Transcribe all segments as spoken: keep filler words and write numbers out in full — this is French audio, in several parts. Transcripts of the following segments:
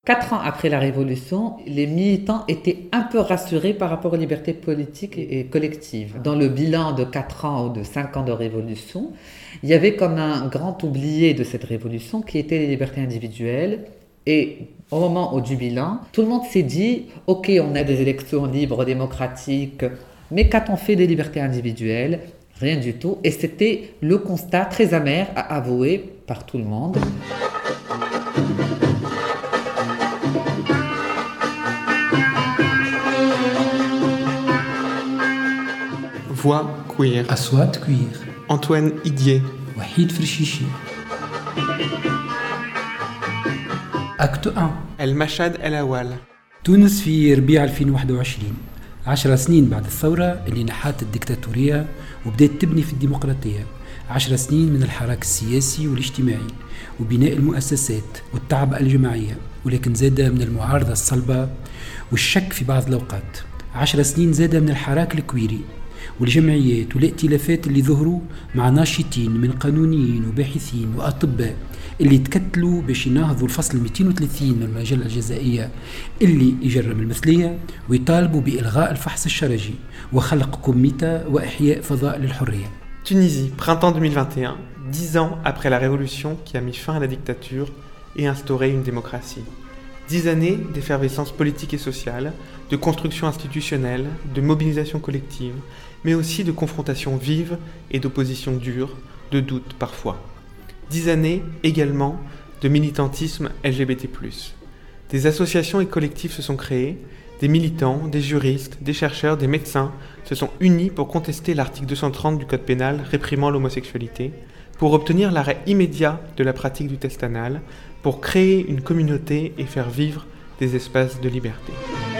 Quatre ans après la Révolution, les militants étaient un peu rassurés par rapport aux libertés politiques et collectives. Dans le bilan de quatre ans ou de cinq ans de Révolution, il y avait comme un grand oublié de cette Révolution qui était les libertés individuelles. Et au moment du bilan, tout le monde s'est dit « Ok, on a des élections libres, démocratiques, mais qu'a-t-on fait des libertés individuelles ? Rien du tout. » Et c'était le constat très amer à avouer par tout le monde. Voix queer. أصوات كوير. Antoine Idier. وحيد فرشيشي. أكتو أن. المشهد الأول. تونس في ربيع ألفين وواحد وعشرين، عشر سنين بعد الثورة اللي نحات الدكتاتورية وبدأت تبني في الديمقراطية. عشر سنين من الحراك السياسي والاجتماعي وبناء المؤسسات والتعب الجماعية، ولكن زادة من المعارضة الصلبة والشك في بعض الأوقات. عشر سنين زادة من الحراك الكويري والجمعيات والائتلافات اللي ظهروا مع ناشطين من قانونيين وباحثين وأطباء اللي تكتلوا باش يناهضوا الفصل مئتين وثلاثين من المجلة الجزائية اللي يجرم المثلية ويطالبوا بإلغاء الفحص الشرجي وخلق كوميتا وإحياء فضاء للحرية. Tunisie, printemps deux mille vingt et un, dix ans après la révolution qui a mis fin à la dictature et instauré une démocratie. Dix années d'effervescence politique et sociale, de construction institutionnelle, de mobilisation collective, mais aussi de confrontation vive et d'opposition dure, de doute parfois. Dix années également de militantisme L G B T plus. Des associations et collectifs se sont créés, des militants, des juristes, des chercheurs, des médecins se sont unis pour contester l'article deux cent trente du Code pénal réprimant l'homosexualité, pour obtenir l'arrêt immédiat de la pratique du test anal, pour créer une communauté et faire vivre des espaces de liberté.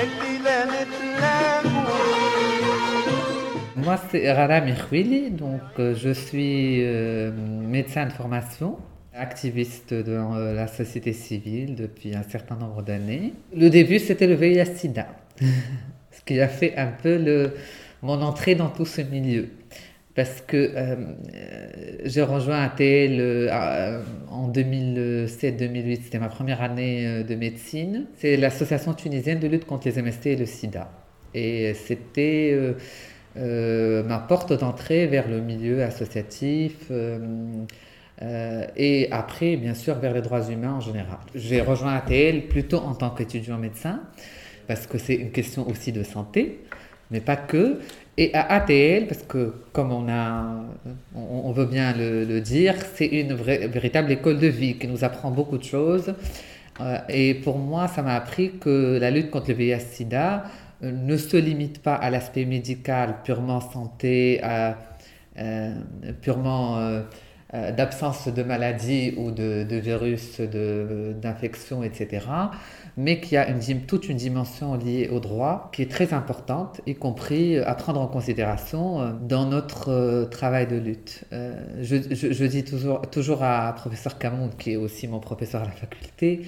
Moi, c'est Rada Mirwili, donc euh, je suis euh, médecin de formation, activiste dans euh, la société civile depuis un certain nombre d'années. Le début, c'était le V I H SIDA, ce qui a fait un peu le, mon entrée dans tout ce milieu. Parce que euh, j'ai rejoint A T L euh, en deux mille sept deux mille huit, c'était ma première année de médecine. C'est l'association tunisienne de lutte contre les M S T et le sida. Et c'était euh, euh, ma porte d'entrée vers le milieu associatif euh, euh, et après, bien sûr, vers les droits humains en général. J'ai rejoint A T L plutôt en tant qu'étudiant médecin, parce que c'est une question aussi de santé, mais pas que. Et à A T L, parce que comme on, a, on, on veut bien le, le dire, c'est une vraie, véritable école de vie qui nous apprend beaucoup de choses. Euh, et pour moi, ça m'a appris que la lutte contre le V I H SIDA euh, ne se limite pas à l'aspect médical, purement santé, à, euh, purement euh, euh, d'absence de maladie ou de, de virus, de, d'infection, et cetera, mais qu'il y a une, toute une dimension liée au droit qui est très importante, y compris à prendre en considération dans notre travail de lutte. Euh, je, je, je dis toujours, toujours à professeur Camoun, qui est aussi mon professeur à la faculté,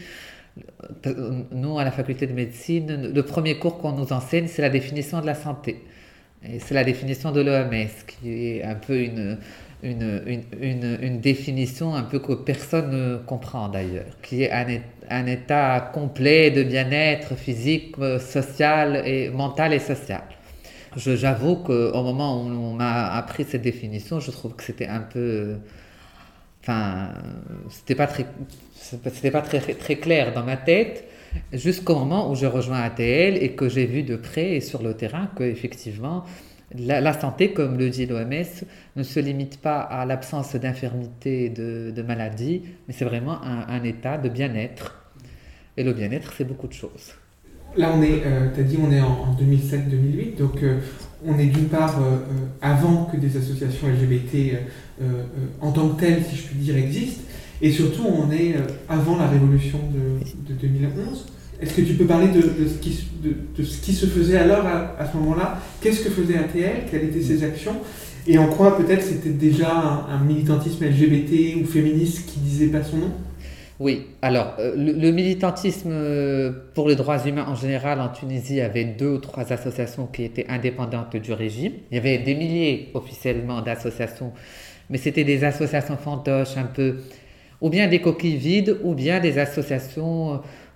nous, à la faculté de médecine, le premier cours qu'on nous enseigne, c'est la définition de la santé. Et c'est la définition de l'O M S, qui est un peu une... Une, une, une, une définition un peu que personne ne comprend d'ailleurs, qui est un, un état complet de bien-être physique, social et mental et social. Je, j'avoue qu'au moment où on m'a appris cette définition, je trouve que c'était un peu... Enfin, c'était pas très, c'était pas très, très clair dans ma tête, jusqu'au moment où je rejoins A T L et que j'ai vu de près et sur le terrain qu'effectivement, La, la santé, comme le dit l'O M S, ne se limite pas à l'absence d'infirmité et de, de maladie, mais c'est vraiment un, un état de bien-être. Et le bien-être, c'est beaucoup de choses. Là, on est, euh, tu as dit, on est en, en deux mille sept deux mille huit, donc euh, on est d'une part euh, avant que des associations L G B T euh, euh, en tant que telles, si je puis dire, existent, et surtout on est euh, avant la révolution de, de deux mille onze. Est-ce que tu peux parler de, de, ce, qui, de, de ce qui se faisait alors à, à ce moment-là? Qu'est-ce que faisait A T L? Quelles étaient ses actions? Et en quoi peut-être c'était déjà un, un militantisme L G B T ou féministe qui disait pas son nom? Oui, alors euh, le, le militantisme pour les droits humains en général en Tunisie avait deux ou trois associations qui étaient indépendantes du régime. Il y avait des milliers officiellement d'associations, mais c'était des associations fantoches un peu, ou bien des coquilles vides, ou bien des associations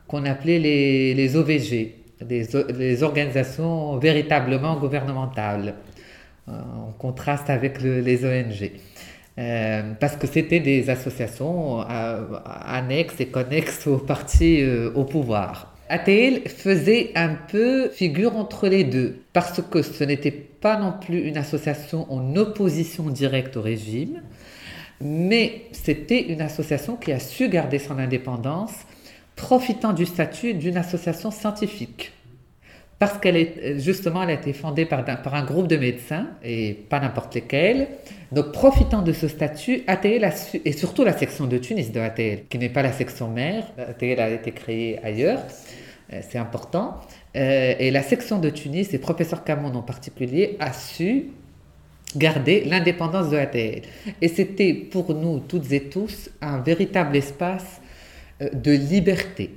qu'on appelait les, les O V G, les, les organisations véritablement gouvernementales, en contraste avec le, les O N G. Euh, parce que c'était des associations euh, annexes et connexes aux partis euh, au pouvoir. A T L faisait un peu figure entre les deux, parce que ce n'était pas non plus une association en opposition directe au régime, mais c'était une association qui a su garder son indépendance, profitant du statut d'une association scientifique. Parce qu'elle est, justement, elle a été fondée par, par un groupe de médecins, et pas n'importe lesquels. Donc, profitant de ce statut, A T L a su, et surtout la section de Tunis de A T L, qui n'est pas la section mère, A T L a été créée ailleurs, c'est important. Et la section de Tunis, et professeur Kamoun en particulier, a su garder l'indépendance de A T L. Et c'était pour nous, toutes et tous, un véritable espace de liberté.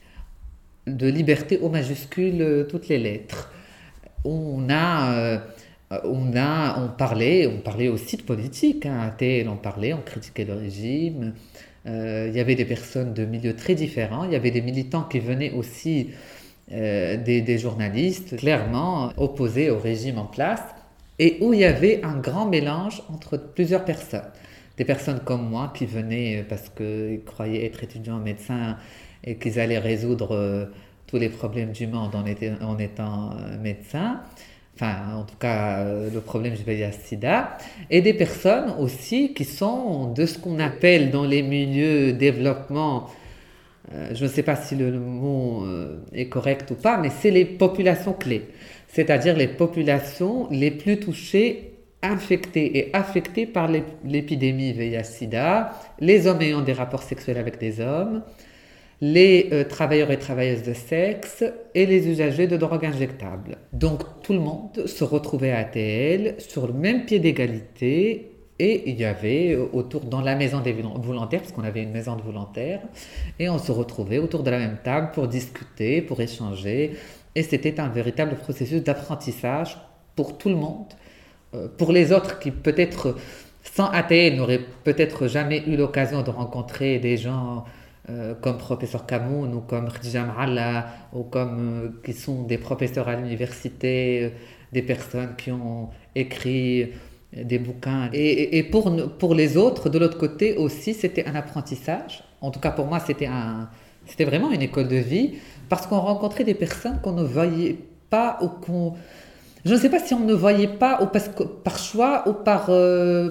De liberté au majuscule, toutes les lettres. On a, euh, on a, on parlait, on parlait aussi de politique. Hein. À T L, on parlait, on critiquait le régime. Euh, il y avait des personnes de milieux très différents. Il y avait des militants qui venaient aussi, euh, des, des journalistes, clairement opposés au régime en place, et où il y avait un grand mélange entre plusieurs personnes. Des personnes comme moi qui venaient parce qu'ils croyaient être étudiants en médecin et qu'ils allaient résoudre euh, tous les problèmes du monde en, était, en étant euh, médecin, enfin en tout cas euh, le problème du V I H sida, et des personnes aussi qui sont de ce qu'on appelle dans les milieux développement, euh, je ne sais pas si le, le mot euh, est correct ou pas, mais c'est les populations clés, c'est-à-dire les populations les plus touchées, infectés et affectés par l'épidémie V I H sida, les hommes ayant des rapports sexuels avec des hommes, les euh, travailleurs et travailleuses de sexe et les usagers de drogues injectables. Donc tout le monde se retrouvait à A T L sur le même pied d'égalité, et il y avait autour, dans la maison des volontaires, parce qu'on avait une maison de volontaires, et on se retrouvait autour de la même table pour discuter, pour échanger, et c'était un véritable processus d'apprentissage pour tout le monde. Pour les autres qui peut-être, sans A T L, n'auraient peut-être jamais eu l'occasion de rencontrer des gens euh, comme professeur Kamoun ou comme Khadija Ma'alla, ou comme euh, qui sont des professeurs à l'université, euh, des personnes qui ont écrit des bouquins. Et, et, et pour, pour les autres, de l'autre côté aussi, c'était un apprentissage. En tout cas, pour moi, c'était, un, c'était vraiment une école de vie, parce qu'on rencontrait des personnes qu'on ne voyait pas ou qu'on... Je ne sais pas si on ne voyait pas ou parce que, par choix ou par, euh,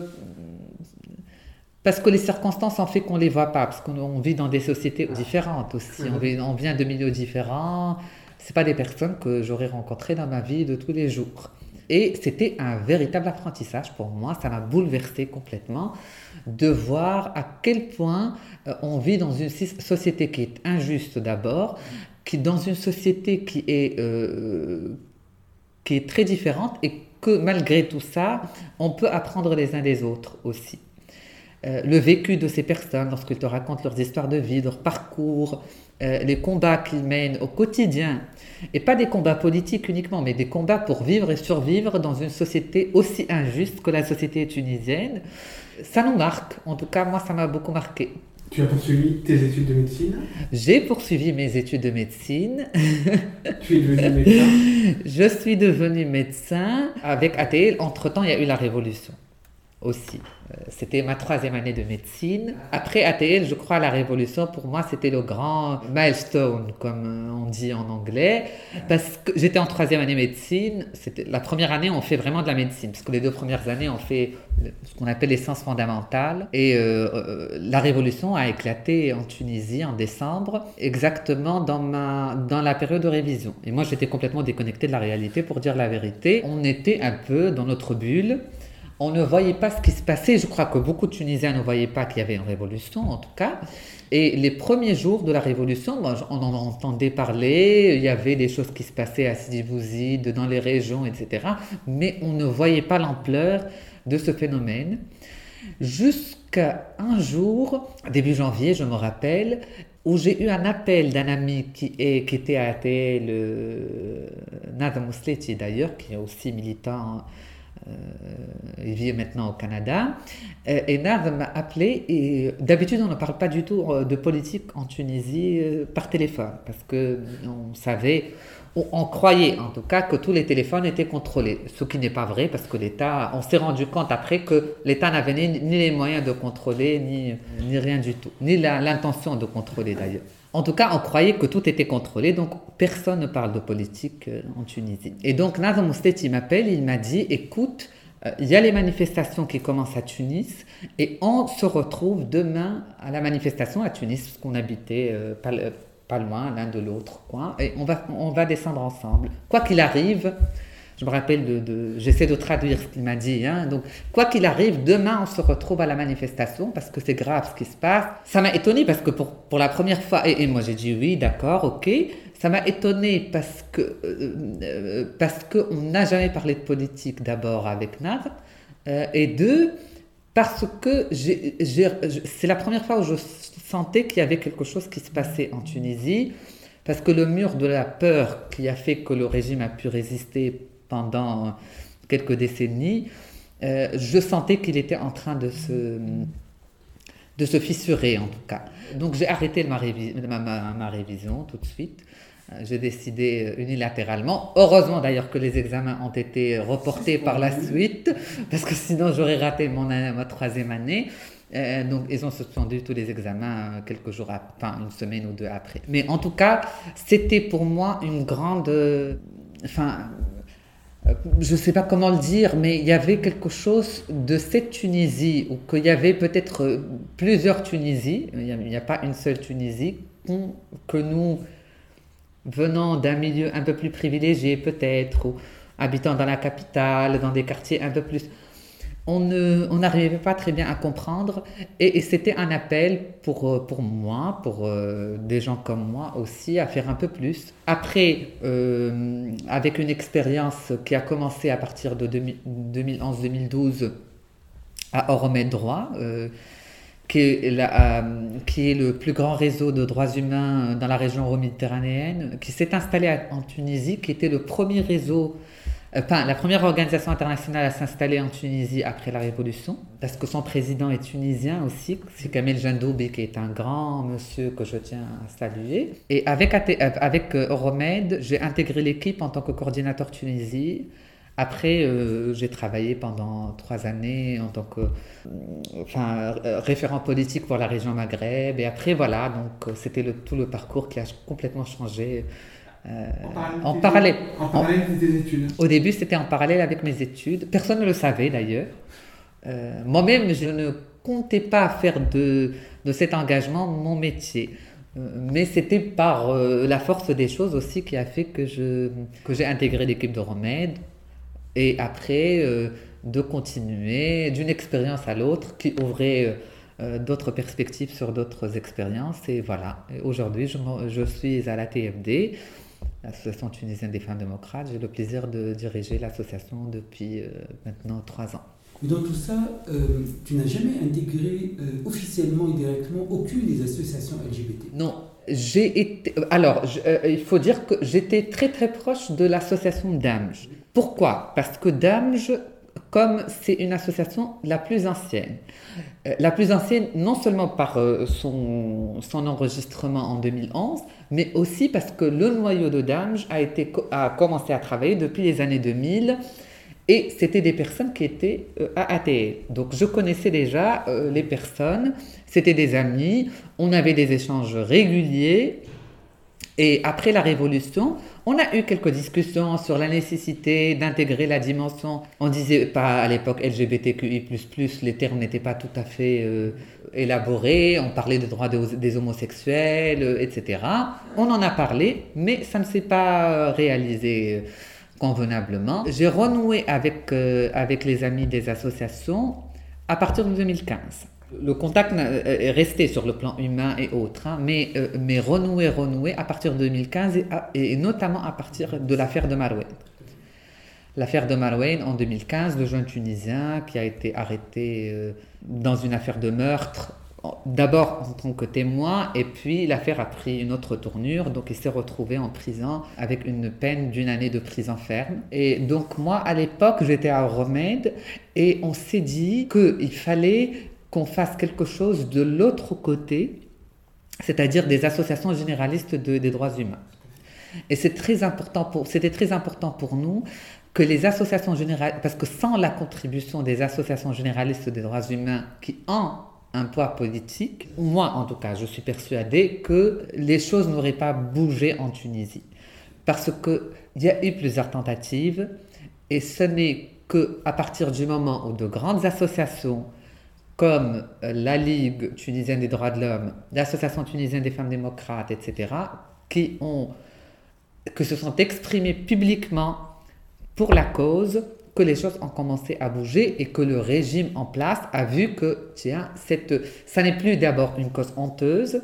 parce que les circonstances ont fait qu'on ne les voit pas, parce qu'on vit dans des sociétés différentes aussi, on, vit, on vient de milieux différents, ce n'est pas des personnes que j'aurais rencontrées dans ma vie de tous les jours. Et c'était un véritable apprentissage pour moi, ça m'a bouleversé complètement de voir à quel point on vit dans une société qui est injuste d'abord, qui dans une société qui est... Euh, qui est très différente, et que malgré tout ça, on peut apprendre les uns des autres aussi. Euh, le vécu de ces personnes, lorsqu'ils te racontent leurs histoires de vie, leur parcours, euh, les combats qu'ils mènent au quotidien, et pas des combats politiques uniquement, mais des combats pour vivre et survivre dans une société aussi injuste que la société tunisienne, ça nous marque. En tout cas, moi, ça m'a beaucoup marqué. Tu as poursuivi tes études de médecine ? J'ai poursuivi mes études de médecine. Tu es devenu médecin ? Je suis devenu médecin avec A T L. Entre-temps, il y a eu la Révolution aussi. C'était ma troisième année de médecine. Après A T L, je crois, la Révolution, pour moi, c'était le grand milestone, comme on dit en anglais, parce que j'étais en troisième année médecine. C'était, la première année, on fait vraiment de la médecine, parce que les deux premières années, on fait ce qu'on appelle les sciences fondamentales. Et euh, euh, la Révolution a éclaté en Tunisie en décembre, exactement dans, ma, dans la période de révision. Et moi, j'étais complètement déconnecté de la réalité, pour dire la vérité. On était un peu dans notre bulle. On ne voyait pas ce qui se passait. Je crois que beaucoup de Tunisiens ne voyaient pas qu'il y avait une révolution, en tout cas. Et les premiers jours de la révolution, bon, on en entendait parler. Il y avait des choses qui se passaient à Sidi Bouzid, dans les régions, et cetera. Mais on ne voyait pas l'ampleur de ce phénomène. Jusqu'à un jour, début janvier, je me rappelle, où j'ai eu un appel d'un ami qui, est, qui était à A T L, euh, Nadam Mousleti d'ailleurs, qui est aussi militant Euh, il vit maintenant au Canada. Euh, et Nazm m'a appelé. Et d'habitude, on ne parle pas du tout de politique en Tunisie euh, par téléphone, parce qu'on savait, on, on croyait en tout cas que tous les téléphones étaient contrôlés, ce qui n'est pas vrai, parce que l'État, on s'est rendu compte après que l'État n'avait ni, ni les moyens de contrôler, ni, ni rien du tout, ni la, l'intention de contrôler d'ailleurs. En tout cas, on croyait que tout était contrôlé, donc personne ne parle de politique en Tunisie. Et donc, Nazm Mousteti m'appelle, il m'a dit, écoute, euh, il y a les manifestations qui commencent à Tunis, et on se retrouve demain à la manifestation à Tunis, parce qu'on habitait euh, pas, euh, pas loin l'un de l'autre, quoi, et on va, on va descendre ensemble. Quoi qu'il arrive, je me rappelle, de, de, j'essaie de traduire ce qu'il m'a dit. Hein. Donc, quoi qu'il arrive, demain, on se retrouve à la manifestation parce que c'est grave ce qui se passe. Ça m'a étonnée parce que pour, pour la première fois, et, et moi j'ai dit oui, d'accord, ok. Ça m'a étonnée parce que euh, parce qu'on n'a jamais parlé de politique d'abord avec Nazm, euh, et deux, parce que j'ai, j'ai, c'est la première fois où je sentais qu'il y avait quelque chose qui se passait en Tunisie, parce que le mur de la peur qui a fait que le régime a pu résister pendant quelques décennies, euh, je sentais qu'il était en train de se, de se fissurer en tout cas. Donc j'ai arrêté ma, révi- ma, ma, ma révision tout de suite. Euh, j'ai décidé unilatéralement. Heureusement d'ailleurs que les examens ont été reportés par la suite, parce que sinon j'aurais raté mon, ma troisième année. Euh, donc ils ont suspendu tous les examens euh, quelques jours après, enfin une semaine ou deux après. Mais en tout cas, c'était pour moi une grande... Euh, enfin... je ne sais pas comment le dire, mais il y avait quelque chose de cette Tunisie, ou qu'il y avait peut-être plusieurs Tunisies, il n'y a, a pas une seule Tunisie, que nous, venant d'un milieu un peu plus privilégié peut-être, ou habitant dans la capitale, dans des quartiers un peu plus... On ne, on n'arrivait pas très bien à comprendre, et, et c'était un appel pour, pour moi, pour euh, des gens comme moi aussi, à faire un peu plus. Après, euh, avec une expérience qui a commencé à partir de deux mille onze deux mille douze à Euromède Droit, euh, qui est, la, euh, qui est le plus grand réseau de droits humains dans la région euro-méditerranéenne, qui s'est installé à, en Tunisie, qui était le premier réseau... Enfin, la première organisation internationale à s'installer en Tunisie après la Révolution, parce que son président est tunisien aussi, c'est Kamel Jandoubi, qui est un grand monsieur que je tiens à saluer. Et avec, avec Euromède, j'ai intégré l'équipe en tant que coordinateur Tunisie. Après, euh, j'ai travaillé pendant trois années en tant que euh, enfin, référent politique pour la région Maghreb. Et après, voilà, donc c'était le, tout le parcours qui a complètement changé. Euh, en parallèle, en parallèle de tes études. Au début, c'était en parallèle avec mes études. Personne ne le savait d'ailleurs. Euh, moi-même, je ne comptais pas faire de, de cet engagement mon métier. Euh, mais c'était par euh, la force des choses aussi qui a fait que, je, que j'ai intégré l'équipe d'Euromède. Et après, euh, de continuer d'une expérience à l'autre qui ouvrait euh, d'autres perspectives sur d'autres expériences. Et voilà. Et aujourd'hui, je, je suis à l'A T F D. L'Association tunisienne des femmes démocrates. J'ai le plaisir de diriger l'association depuis euh, maintenant trois ans. Mais dans tout ça, euh, tu n'as jamais intégré euh, officiellement et directement aucune des associations L G B T? Non, j'ai été... Alors, je, euh, il faut dire que j'étais très très proche de l'association Damj. Pourquoi? Parce que Damj, comme c'est une association la plus ancienne, euh, la plus ancienne non seulement par euh, son, son enregistrement en deux mille onze, mais aussi parce que le noyau de Damj a, été, a commencé à travailler depuis les années deux mille, et c'était des personnes qui étaient euh, à A T F. Donc je connaissais déjà euh, les personnes, c'était des amis, on avait des échanges réguliers. Et après la Révolution, on a eu quelques discussions sur la nécessité d'intégrer la dimension. On disait pas à l'époque L G B T Q I plus plus, les termes n'étaient pas tout à fait euh, élaborés. On parlait des droits des, des homosexuels, euh, et cetera. On en a parlé, mais ça ne s'est pas réalisé euh, convenablement. J'ai renoué avec, euh, avec les amis des associations à partir de deux mille quinze. Le contact est resté sur le plan humain et autres, hein, mais, euh, mais renoué, renoué à partir de deux mille quinze et, à, et notamment à partir de l'affaire de Marouane. L'affaire de Marouane en deux mille quinze, le jeune Tunisien qui a été arrêté euh, dans une affaire de meurtre d'abord en tant que témoin, et puis l'affaire a pris une autre tournure, donc il s'est retrouvé en prison avec une peine d'une année de prison ferme. Et donc moi, à l'époque, j'étais à Euromède, et on s'est dit qu'il fallait qu'on fasse quelque chose de l'autre côté, c'est-à-dire des associations généralistes de, des droits humains. Et c'est très important pour, c'était très important pour nous que les associations généralistes, parce que sans la contribution des associations généralistes des droits humains qui ont un poids politique, moi en tout cas, je suis persuadée que les choses n'auraient pas bougé en Tunisie. Parce qu'il y a eu plusieurs tentatives, et ce n'est qu'à partir du moment où de grandes associations comme la Ligue tunisienne des droits de l'homme, l'Association tunisienne des femmes démocrates, et cetera, qui ont, que se sont exprimées publiquement pour la cause, que les choses ont commencé à bouger et que le régime en place a vu que, tiens, cette, ça n'est plus d'abord une cause honteuse,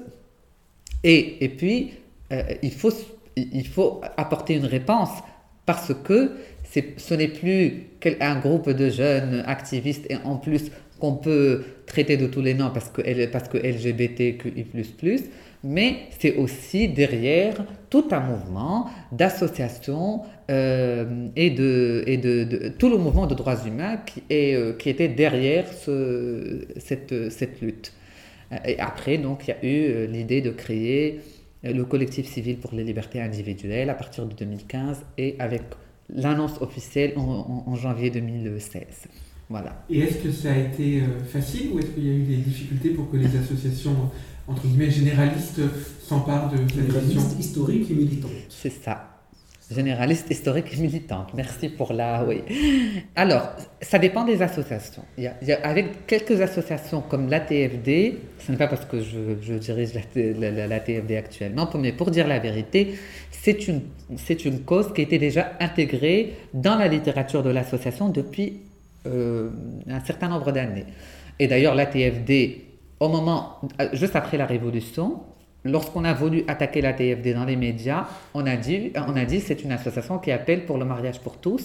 et, et puis euh, il, faut, il faut apporter une réponse parce que c'est, ce n'est plus un groupe de jeunes activistes et en plus qu'on peut traiter de tous les noms parce que, parce que L G B T Q I plus plus, mais c'est aussi derrière tout un mouvement d'associations euh, et, de, et de, de tout le mouvement de droits humains qui, est, euh, qui était derrière ce, cette, cette lutte. Et après, donc, il y a eu l'idée de créer le collectif civil pour les libertés individuelles à partir de deux mille quinze et avec l'annonce officielle en, en, en janvier deux mille seize. Voilà. Et est-ce que ça a été facile ou est-ce qu'il y a eu des difficultés pour que les associations, entre guillemets, généralistes s'emparent de cette question historique et militante? C'est ça. Généraliste, historique et militante. Merci pour la... Oui. Alors, ça dépend des associations. Il y a, il y a, avec quelques associations comme l'A T F D, ce n'est pas parce que je, je dirige la, la, la T F D actuellement, mais pour dire la vérité, c'est une, c'est une cause qui était déjà intégrée dans la littérature de l'association depuis euh, un certain nombre d'années. Et d'ailleurs, l'A T F D, au moment, juste après la Révolution, lorsqu'on a voulu attaquer l'A T F D dans les médias, on a dit, on a dit c'est une association qui appelle pour le mariage pour tous,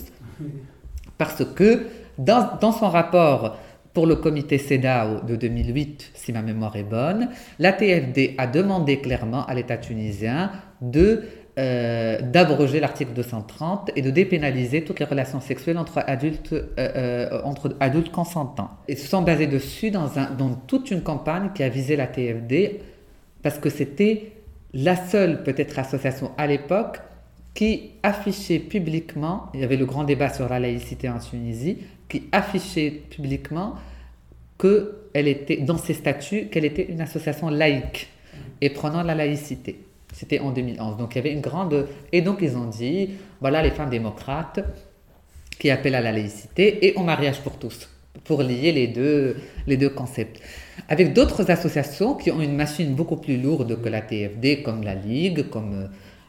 parce que dans, dans son rapport pour le comité CEDAW de deux mille huit, si ma mémoire est bonne, l'A T F D a demandé clairement à l'État tunisien de, euh, d'abroger l'article deux cent trente et de dépénaliser toutes les relations sexuelles entre adultes, euh, euh, entre adultes consentants. Ils se sont basés dessus dans, un, dans toute une campagne qui a visé l'A T F D, parce que c'était la seule peut-être association à l'époque qui affichait publiquement, il y avait le grand débat sur la laïcité en Tunisie, qui affichait publiquement qu'elle était, dans ses statuts, qu'elle était une association laïque et prenant la laïcité. C'était en deux mille onze. Donc il y avait une grande... Et donc ils ont dit, voilà les femmes démocrates qui appellent à la laïcité et au mariage pour tous, pour lier les deux, les deux concepts. Avec d'autres associations qui ont une machine beaucoup plus lourde que la T F D, comme la Ligue, comme,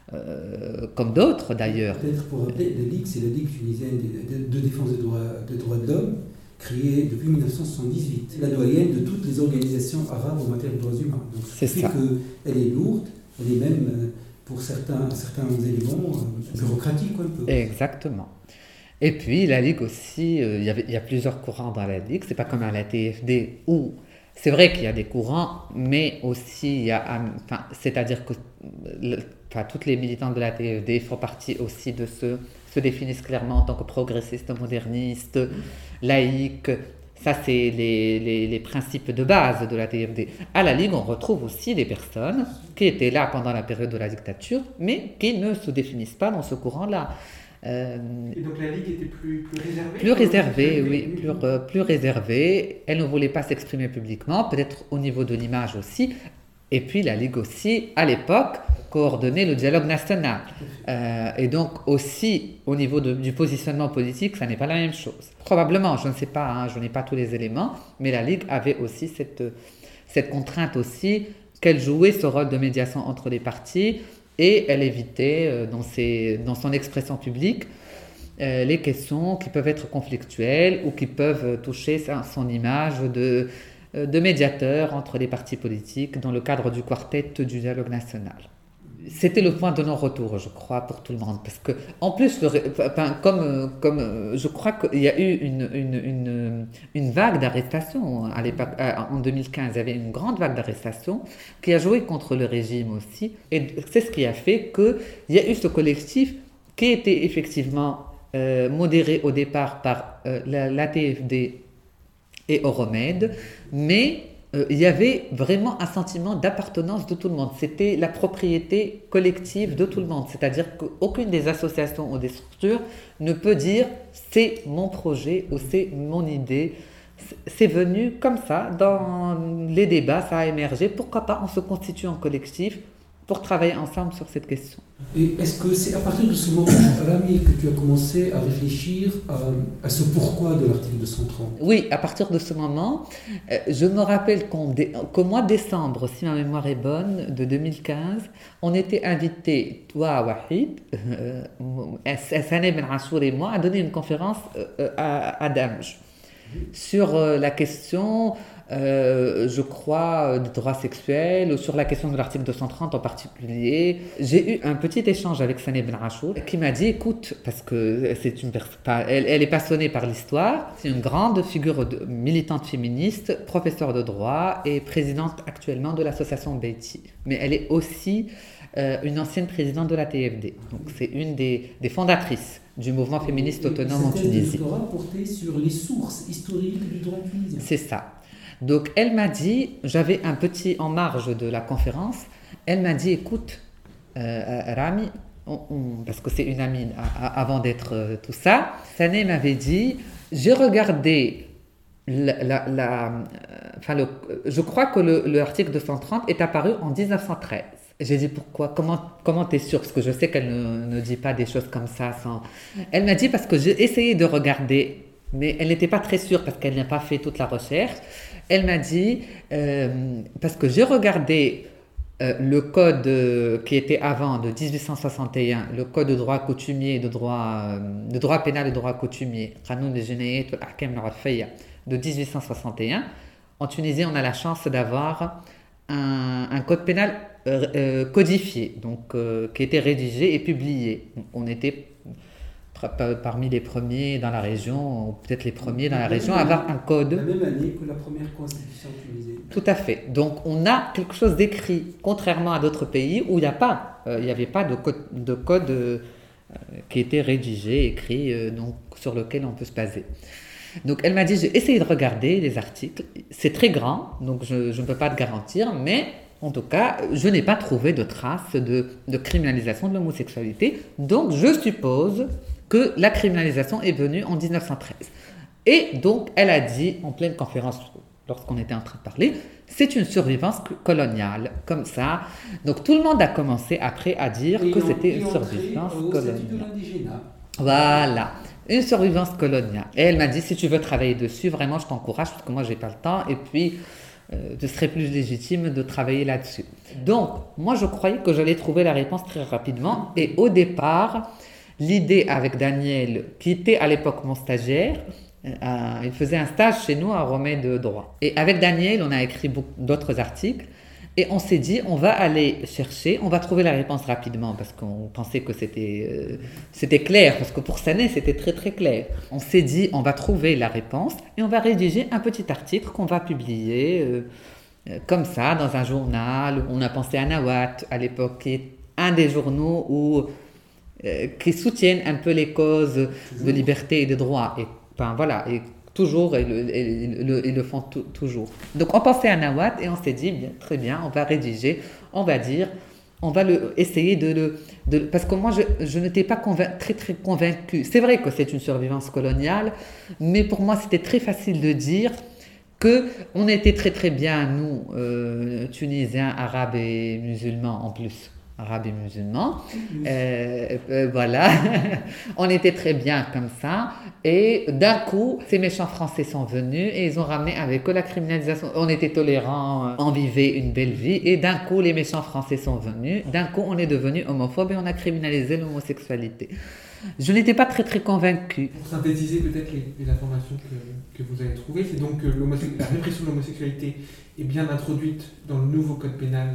euh, comme d'autres d'ailleurs. Peut-être pour rappeler, la Ligue, c'est la Ligue tunisienne de, de, de défense des droits, des droits de l'homme, créée depuis mille neuf cent soixante-dix-huit, la doyenne de toutes les organisations arabes en matière de droits humains. Donc, c'est ça. Elle est lourde, elle est même, pour certains, certains éléments, bureaucratiques. Un peu. Exactement. Et puis la Ligue aussi, euh, il, y avait, il y a plusieurs courants dans la Ligue, c'est pas comme à la T F D où c'est vrai qu'il y a des courants, mais aussi il y a, enfin, c'est-à-dire que le, enfin, toutes les militantes de la T F D font partie aussi de ceux se définissent clairement en tant que progressistes, modernistes, laïques. Ça, c'est les, les, les principes de base de la T F D. À la Ligue, on retrouve aussi des personnes qui étaient là pendant la période de la dictature, mais qui ne se définissent pas dans ce courant-là. Euh, Et donc la Ligue était plus, plus réservée Plus réservée, oui, plus, euh, plus réservée. Elle ne voulait pas s'exprimer publiquement, peut-être au niveau de l'image aussi. Et puis la Ligue aussi, à l'époque, coordonnait le dialogue national. Euh, et donc aussi, au niveau de, du positionnement politique, ça n'est pas la même chose. Probablement, je ne sais pas, hein, je n'ai pas tous les éléments, mais la Ligue avait aussi cette, cette contrainte aussi, qu'elle jouait ce rôle de médiation entre les partis, et elle évitait euh, dans, ses, dans son expression publique euh, les questions qui peuvent être conflictuelles ou qui peuvent toucher sa, son image de, euh, de médiateur entre les partis politiques dans le cadre du quartet du dialogue national. C'était le point de non-retour, je crois, pour tout le monde. Parce que, en plus, le, enfin, comme, comme je crois qu'il y a eu une, une, une, une vague d'arrestations à l'époque, en deux mille quinze, il y avait une grande vague d'arrestations qui a joué contre le régime aussi. Et c'est ce qui a fait qu'il y a eu ce collectif qui était effectivement euh, modéré au départ par euh, la, l'A T F D et Euromède, mais euh, il y avait vraiment un sentiment d'appartenance de tout le monde. C'était la propriété collective de tout le monde. C'est-à-dire qu'aucune des associations ou des structures ne peut dire « c'est mon projet » ou « c'est mon idée ». C'est venu comme ça, dans les débats, ça a émergé. Pourquoi pas on se constitue en collectif pour travailler ensemble sur cette question. Et est-ce que c'est à partir de ce moment, Rami, que tu as commencé à réfléchir à, à ce pourquoi de l'article deux cent trente ? Oui, à partir de ce moment, euh, je me rappelle qu'en dé- qu'au mois de décembre, si ma mémoire est bonne, de deux mille quinze, on était invités, toi, Wahid, euh, Sané Ben Achour et moi, à donner une conférence euh, à, à Damj sur euh, la question... Euh, je crois, des droits sexuels, ou sur la question de l'article deux cent trente en particulier. J'ai eu un petit échange avec Sané Ben Achour qui m'a dit, écoute, parce que c'est une pers- elle, elle est passionnée par l'histoire, c'est une grande figure de, militante féministe, professeure de droit et présidente actuellement de l'association Beiti. Mais elle est aussi euh, une ancienne présidente de la T F D. Donc c'est une des, des fondatrices du mouvement féministe et, autonome en Tunisie. Cette thèse portée sur les sources historiques du droit tunisien. C'est ça. Donc elle m'a dit, j'avais un petit en marge de la conférence, elle m'a dit, écoute, euh, Rami, on, on, parce que c'est une amie a, a, avant d'être euh, tout ça, Sané m'avait dit, j'ai regardé, la, la, la, euh, enfin le, je crois que le, l'article deux cent trente est apparu en dix-neuf cent treize. J'ai dit pourquoi, comment, comment t'es sûre? Parce que je sais qu'elle ne, ne dit pas des choses comme ça sans... Elle m'a dit parce que j'ai essayé de regarder, mais elle n'était pas très sûre parce qu'elle n'a pas fait toute la recherche. Elle m'a dit, euh, parce que j'ai regardé euh, le code euh, qui était avant, de dix-huit cent soixante et un, le code de droit coutumier, de droit, euh, de droit pénal et de droit coutumier, de dix-huit cent soixante et un. En Tunisie, on a la chance d'avoir un, un code pénal euh, euh, codifié, donc, euh, qui était rédigé et publié. Donc, on était parmi les premiers dans la région, ou peut-être les premiers dans la, la région à avoir un code. La même année que la première constitution tunisienne. Tout à fait. Donc on a quelque chose d'écrit, contrairement à d'autres pays où il n'y a pas, euh, il n'y avait pas de code, de code euh, qui était rédigé, écrit, euh, donc, sur lequel on peut se baser. Donc elle m'a dit, j'ai essayé de regarder les articles, c'est très grand, donc je, je ne peux pas te garantir, mais en tout cas, je n'ai pas trouvé de traces de, de criminalisation de l'homosexualité, donc je suppose que la criminalisation est venue en dix-neuf cent treize. Et donc, elle a dit, en pleine conférence, lorsqu'on était en train de parler, c'est une survivance coloniale, comme ça. Donc, tout le monde a commencé après à dire et que on, c'était une survivance coloniale. Voilà, une survivance coloniale. Et elle m'a dit, si tu veux travailler dessus, vraiment, je t'encourage, parce que moi, je n'ai pas le temps, et puis, euh, ce serait plus légitime de travailler là-dessus. Donc, moi, je croyais que j'allais trouver la réponse très rapidement, et au départ... L'idée avec Daniel, qui était à l'époque mon stagiaire, euh, il faisait un stage chez nous à Romée de droit. Et avec Daniel, on a écrit beaucoup d'autres articles et on s'est dit, on va aller chercher, on va trouver la réponse rapidement parce qu'on pensait que c'était, euh, c'était clair, parce que pour Sané, c'était très très clair. On s'est dit, on va trouver la réponse et on va rédiger un petit article qu'on va publier euh, euh, comme ça dans un journal. On a pensé à Nawat à l'époque, qui est un des journaux où... Euh, qui soutiennent un peu les causes de liberté et de droit. Et, enfin, voilà, et toujours, ils le, et le, et le font t- toujours. Donc, on pensait à Nawat et on s'est dit, bien, très bien, on va rédiger, on va dire, on va le, essayer de le... De, parce que moi, je, je n'étais pas convain, très, très convaincue. C'est vrai que c'est une survivance coloniale, mais pour moi, c'était très facile de dire qu'on était très, très bien, nous, euh, Tunisiens, Arabes et musulmans en plus. Arabes et musulmans, euh, euh, voilà, on était très bien comme ça, et d'un coup, ces méchants Français sont venus et ils ont ramené avec eux la criminalisation. On était tolérants, on vivait une belle vie, et d'un coup, les méchants Français sont venus, d'un coup, on est devenu homophobe et on a criminalisé l'homosexualité. Je n'étais pas très très convaincue. Pour synthétiser peut-être les, les informations que, que vous avez trouvées, c'est donc que la répression de l'homosexualité est bien introduite dans le nouveau code pénal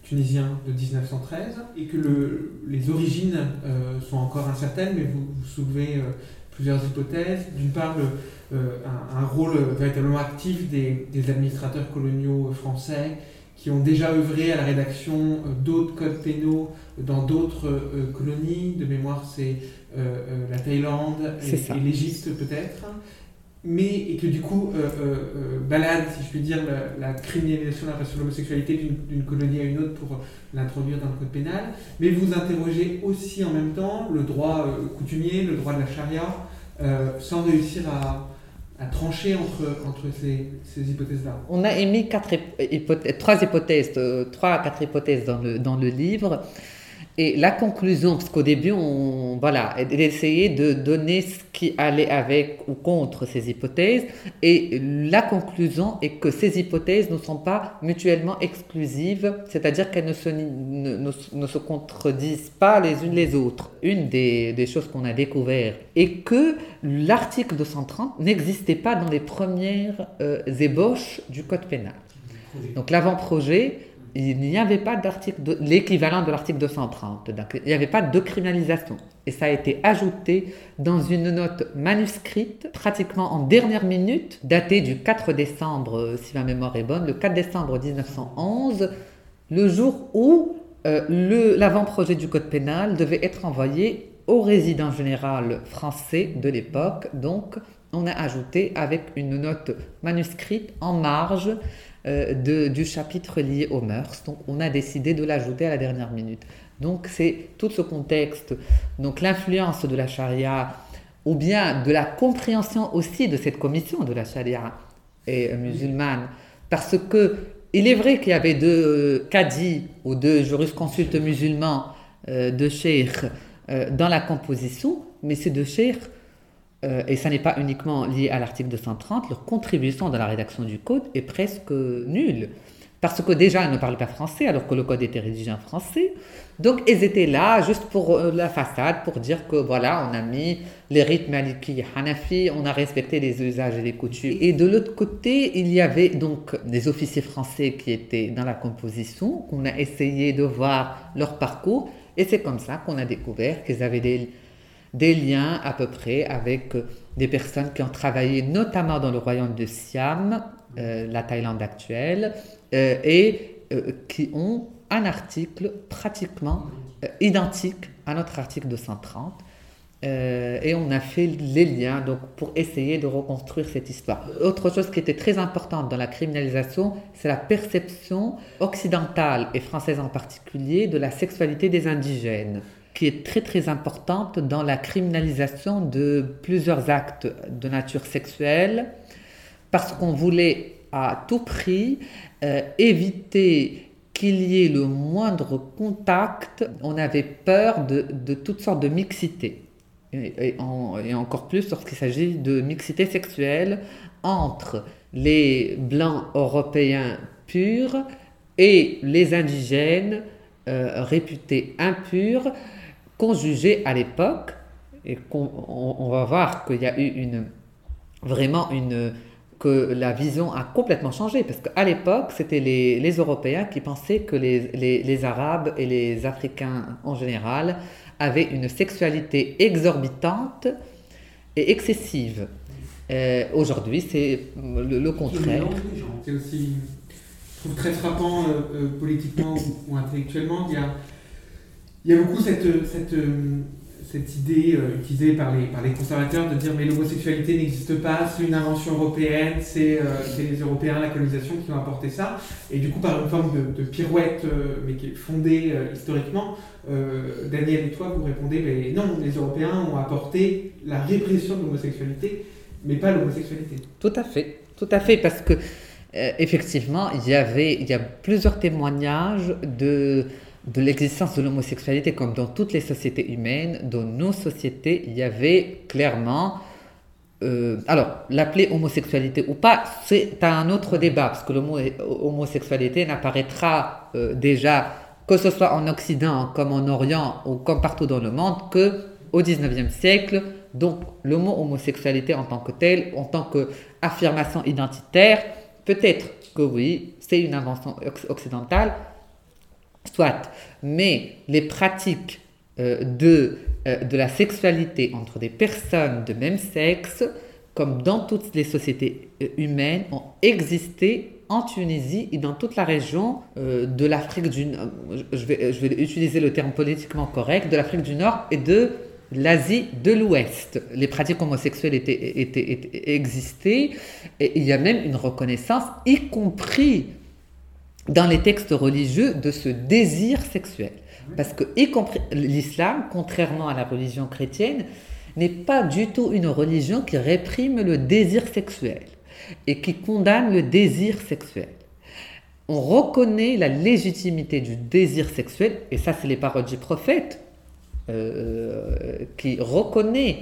tunisien de dix-neuf cent treize, et que le, les origines euh, sont encore incertaines, mais vous, vous soulevez euh, plusieurs hypothèses. D'une part, le, euh, un, un rôle véritablement actif des, des administrateurs coloniaux français qui ont déjà œuvré à la rédaction d'autres codes pénaux dans d'autres euh, colonies. De mémoire, c'est euh, euh, la Thaïlande et, et l'Égypte peut-être. Mais, et que du coup, euh, euh, balade, si je puis dire, la, la criminalisation de la relation de l'homosexualité d'une, d'une colonie à une autre pour l'introduire dans le code pénal. Mais vous interrogez aussi en même temps le droit euh, coutumier, le droit de la charia, euh, sans réussir à, à trancher entre, entre ces, ces hypothèses-là. On a émis quatre hypothèses, trois hypothèses, euh, trois à quatre hypothèses dans le, dans le livre. Et la conclusion, parce qu'au début, on voilà, d'essayer de donner ce qui allait avec ou contre ces hypothèses. Et la conclusion est que ces hypothèses ne sont pas mutuellement exclusives, c'est-à-dire qu'elles ne se, ne, ne, ne se contredisent pas les unes les autres. Une des, des choses qu'on a découvert est que l'article deux cent trente n'existait pas dans les premières euh, ébauches du code pénal. Donc l'avant-projet, il n'y avait pas d'article, de, l'équivalent de l'article deux cent trente, donc il n'y avait pas de criminalisation. Et ça a été ajouté dans une note manuscrite, pratiquement en dernière minute, datée du quatre décembre, si ma mémoire est bonne, le quatre décembre dix-neuf cent onze, le jour où euh, le, l'avant-projet du code pénal devait être envoyé au résident général français de l'époque. Donc on a ajouté avec une note manuscrite en marge Euh, de, du chapitre lié aux mœurs. Donc on a décidé de l'ajouter à la dernière minute. Donc c'est tout ce contexte, donc l'influence de la charia, ou bien de la compréhension aussi de cette commission de la charia et, euh, musulmane, parce que il est vrai qu'il y avait deux euh, cadis ou deux jurisconsultes musulmans, euh, deux cheikhs euh, dans la composition, mais ces deux cheikhs, Euh, et ça n'est pas uniquement lié à l'article deux cent trente, leur contribution dans la rédaction du code est presque nulle. Parce que déjà, ils ne parlaient pas français, alors que le code était rédigé en français. Donc, ils étaient là juste pour euh, la façade, pour dire que voilà, on a mis les rites maliki et hanafi, on a respecté les usages et les coutumes. Et de l'autre côté, il y avait donc des officiers français qui étaient dans la composition, qu'on a essayé de voir leur parcours. Et c'est comme ça qu'on a découvert qu'ils avaient des... des liens à peu près avec des personnes qui ont travaillé notamment dans le royaume de Siam, euh, la Thaïlande actuelle, euh, et euh, qui ont un article pratiquement euh, identique à notre article deux cent trente. Euh, et on a fait les liens donc, pour essayer de reconstruire cette histoire. Autre chose qui était très importante dans la criminalisation, c'est la perception occidentale et française en particulier de la sexualité des indigènes, qui est très très importante dans la criminalisation de plusieurs actes de nature sexuelle, parce qu'on voulait à tout prix euh, éviter qu'il y ait le moindre contact. On avait peur de, de toutes sortes de mixité, et, et, en, et encore plus lorsqu'il s'agit de mixité sexuelle entre les blancs européens purs et les indigènes euh, réputés impurs, qu'on jugeait à l'époque, et qu'on on, on va voir qu'il y a eu une, vraiment une, que la vision a complètement changé, parce qu'à l'époque, c'était les, les Européens qui pensaient que les, les, les Arabes et les Africains en général avaient une sexualité exorbitante et excessive. Euh, aujourd'hui, c'est le, le contraire. C'est aussi, je trouve très frappant euh, euh, politiquement ou, ou intellectuellement. Il y a Il y a beaucoup cette, cette, cette idée euh, utilisée par les, par les conservateurs de dire mais l'homosexualité n'existe pas, c'est une invention européenne, c'est, euh, c'est les Européens, la colonisation qui ont apporté ça. Et du coup, par une forme de, de pirouette, euh, mais qui est fondée euh, historiquement, euh, Daniel et toi, vous répondez mais non, les Européens ont apporté la répression de l'homosexualité, mais pas l'homosexualité. Tout à fait, tout à fait, parce que euh, effectivement, il y avait, il y a plusieurs témoignages de de l'existence de l'homosexualité, comme dans toutes les sociétés humaines. Dans nos sociétés, il y avait clairement... Euh, alors, l'appeler homosexualité ou pas, c'est un autre débat, parce que le mot homosexualité n'apparaîtra euh, déjà, que ce soit en Occident, comme en Orient, ou comme partout dans le monde, qu'au dix-neuvième siècle. Donc, le mot homosexualité en tant que tel, en tant qu'affirmation identitaire, peut-être que oui, c'est une invention occidentale. soit, mais les pratiques euh, de, euh, de la sexualité entre des personnes de même sexe, comme dans toutes les sociétés euh, humaines, ont existé en Tunisie et dans toute la région euh, de l'Afrique du Nord, je vais, je vais utiliser le terme politiquement correct, de l'Afrique du Nord et de l'Asie de l'Ouest. Les pratiques homosexuelles étaient, étaient, étaient, existaient et il y a même une reconnaissance, y compris dans les textes religieux, de ce désir sexuel. Parce que y compris, l'islam, contrairement à la religion chrétienne, n'est pas du tout une religion qui réprime le désir sexuel et qui condamne le désir sexuel. On reconnaît la légitimité du désir sexuel, et ça c'est les paroles du prophète, euh, qui reconnaît,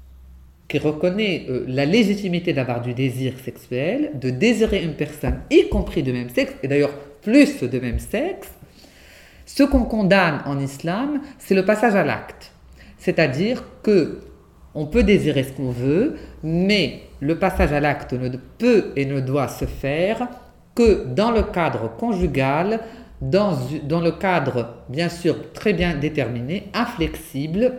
qui reconnaît euh, la légitimité d'avoir du désir sexuel, de désirer une personne, y compris de même sexe, et d'ailleurs plus de même sexe. Ce qu'on condamne en islam, c'est le passage à l'acte. C'est-à-dire que on peut désirer ce qu'on veut, mais le passage à l'acte ne peut et ne doit se faire que dans le cadre conjugal, dans, dans le cadre bien sûr très bien déterminé, inflexible.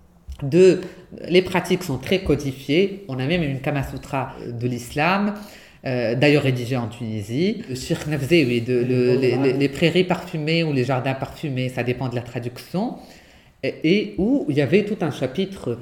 De, les pratiques sont très codifiées. On a même une Kama Sutra de l'islam, euh, d'ailleurs rédigée en Tunisie. Le Sheikh Nafzi, oui, de, le, les, les, les prairies parfumées ou les jardins parfumés, ça dépend de la traduction. Et où il y avait tout un chapitre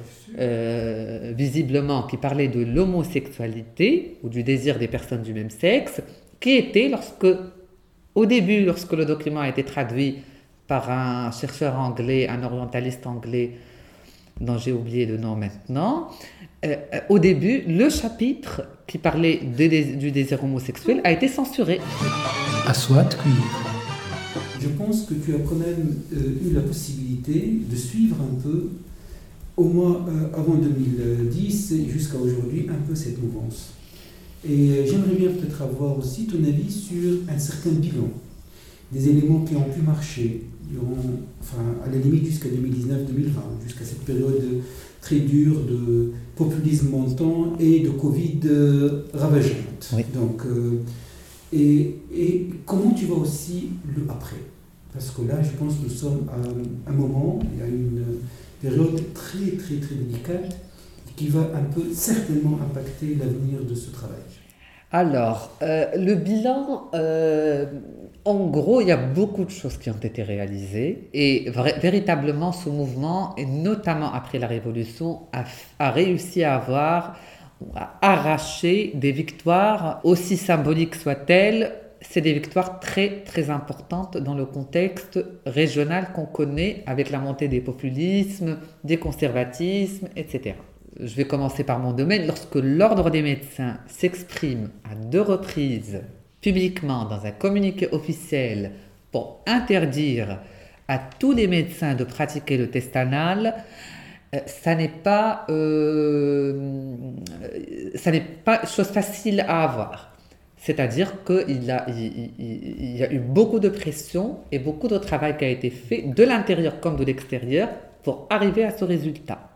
euh, visiblement qui parlait de l'homosexualité ou du désir des personnes du même sexe, qui était lorsque, au début, lorsque le document a été traduit par un chercheur anglais, un orientaliste anglais, dont j'ai oublié le nom maintenant, euh, au début, le chapitre qui parlait de, du désir homosexuel a été censuré. Aswat Cuivre. Je pense que tu as quand même euh, eu la possibilité de suivre un peu, au moins euh, avant deux mille dix jusqu'à aujourd'hui, un peu cette mouvance. Et euh, j'aimerais bien peut-être avoir aussi ton avis sur un certain bilan, des éléments qui ont pu marcher, durant, enfin, à la limite jusqu'à deux mille dix-neuf deux mille vingt, jusqu'à cette période très dure de populisme montant et de Covid euh, ravageante. Oui. Donc, euh, Et, et comment tu vois aussi le après? Parce que là, je pense que nous sommes à un moment, il y a une période très, très, très délicate qui va un peu certainement impacter l'avenir de ce travail. Alors, euh, le bilan, euh, en gros, il y a beaucoup de choses qui ont été réalisées et vra- véritablement ce mouvement, et notamment après la Révolution, a, a réussi à avoir à arracher des victoires, aussi symboliques soient-elles. C'est des victoires très très importantes dans le contexte régional qu'on connaît avec la montée des populismes, des conservatismes, et cetera. Je vais commencer par mon domaine. Lorsque l'Ordre des médecins s'exprime à deux reprises publiquement dans un communiqué officiel pour interdire à tous les médecins de pratiquer le test anal, ça n'est pas, euh, ça n'est pas chose facile à avoir. C'est-à-dire qu'il a, il, il, il y a eu beaucoup de pression et beaucoup de travail qui a été fait de l'intérieur comme de l'extérieur pour arriver à ce résultat.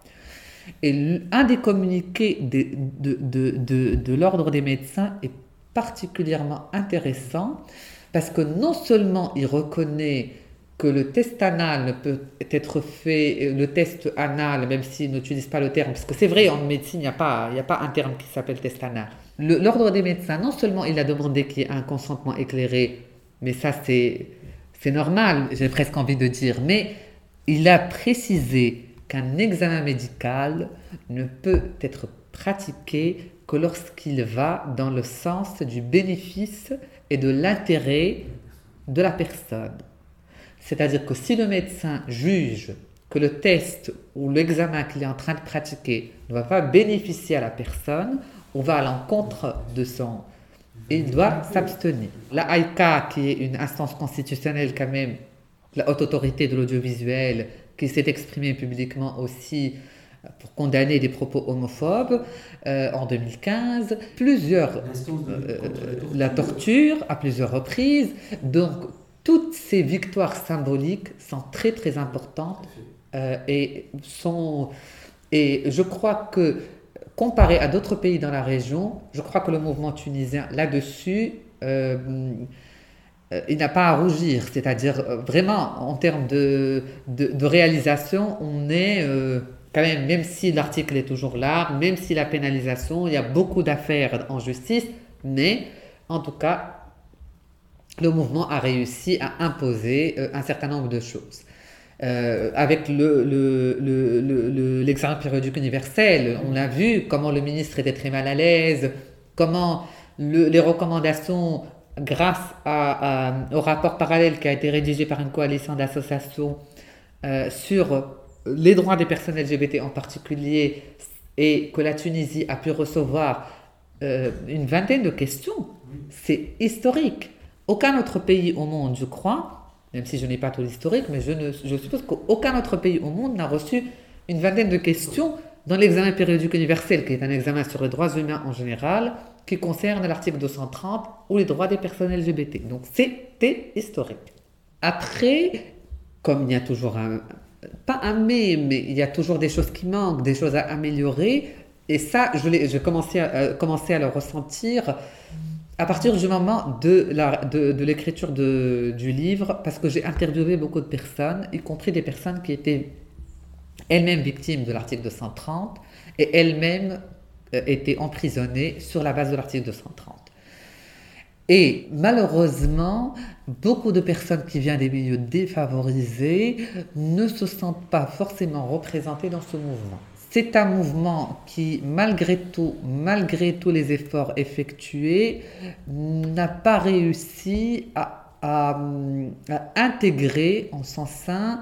Et un des communiqués de, de, de, de, de l'Ordre des médecins est particulièrement intéressant parce que non seulement il reconnaît que le test anal ne peut être fait, le test anal, même s'il n'utilise pas le terme, parce que c'est vrai, en médecine, il n'y a pas, il n'y a pas un terme qui s'appelle test anal. Le, l'Ordre des médecins, non seulement il a demandé qu'il y ait un consentement éclairé, mais ça c'est, c'est normal, j'ai presque envie de dire, mais il a précisé qu'un examen médical ne peut être pratiqué que lorsqu'il va dans le sens du bénéfice et de l'intérêt de la personne. C'est-à-dire que si le médecin juge que le test ou l'examen qu'il est en train de pratiquer ne va pas bénéficier à la personne, on va à l'encontre de son... Il doit s'abstenir. La A I C A, qui est une instance constitutionnelle quand même, la haute autorité de l'audiovisuel, qui s'est exprimée publiquement aussi pour condamner des propos homophobes euh, en deux mille quinze, plusieurs... Euh, la torture à plusieurs reprises, donc... Toutes ces victoires symboliques sont très très importantes euh, et, sont, et je crois que comparé à d'autres pays dans la région, je crois que le mouvement tunisien là-dessus euh, euh, il n'a pas à rougir. C'est-à-dire, euh, vraiment, en termes de, de, de réalisation, on est euh, quand même, même si l'article est toujours là, même si la pénalisation, il y a beaucoup d'affaires en justice, mais en tout cas, le mouvement a réussi à imposer euh, un certain nombre de choses. Euh, avec le, le, le, le, le, l'examen périodique universel, on l'a vu, comment le ministre était très mal à l'aise, comment le, les recommandations, grâce à, à, au rapport parallèle qui a été rédigé par une coalition d'associations euh, sur les droits des personnes L G B T en particulier, et que la Tunisie a pu recevoir euh, une vingtaine de questions, c'est historique. Aucun autre pays au monde, je crois, même si je n'ai pas tout l'historique, mais je, ne, je suppose qu'aucun autre pays au monde n'a reçu une vingtaine de questions dans l'examen périodique universel, qui est un examen sur les droits humains en général, qui concerne l'article deux cent trente ou les droits des personnes L G B T. Donc c'était historique. Après, comme il y a toujours un, pas un mais, mais il y a toujours des choses qui manquent, des choses à améliorer, et ça, je l'ai, j'ai commencé à, euh, commencé à le ressentir à partir du moment de, la, de, de l'écriture de, du livre, parce que j'ai interviewé beaucoup de personnes, y compris des personnes qui étaient elles-mêmes victimes de l'article deux cent trente et elles-mêmes euh, étaient emprisonnées sur la base de l'article deux cent trente. Et malheureusement, beaucoup de personnes qui viennent des milieux défavorisés ne se sentent pas forcément représentées dans ce mouvement. C'est un mouvement qui, malgré tout, malgré tous les efforts effectués, n'a pas réussi à, à, à intégrer en son sein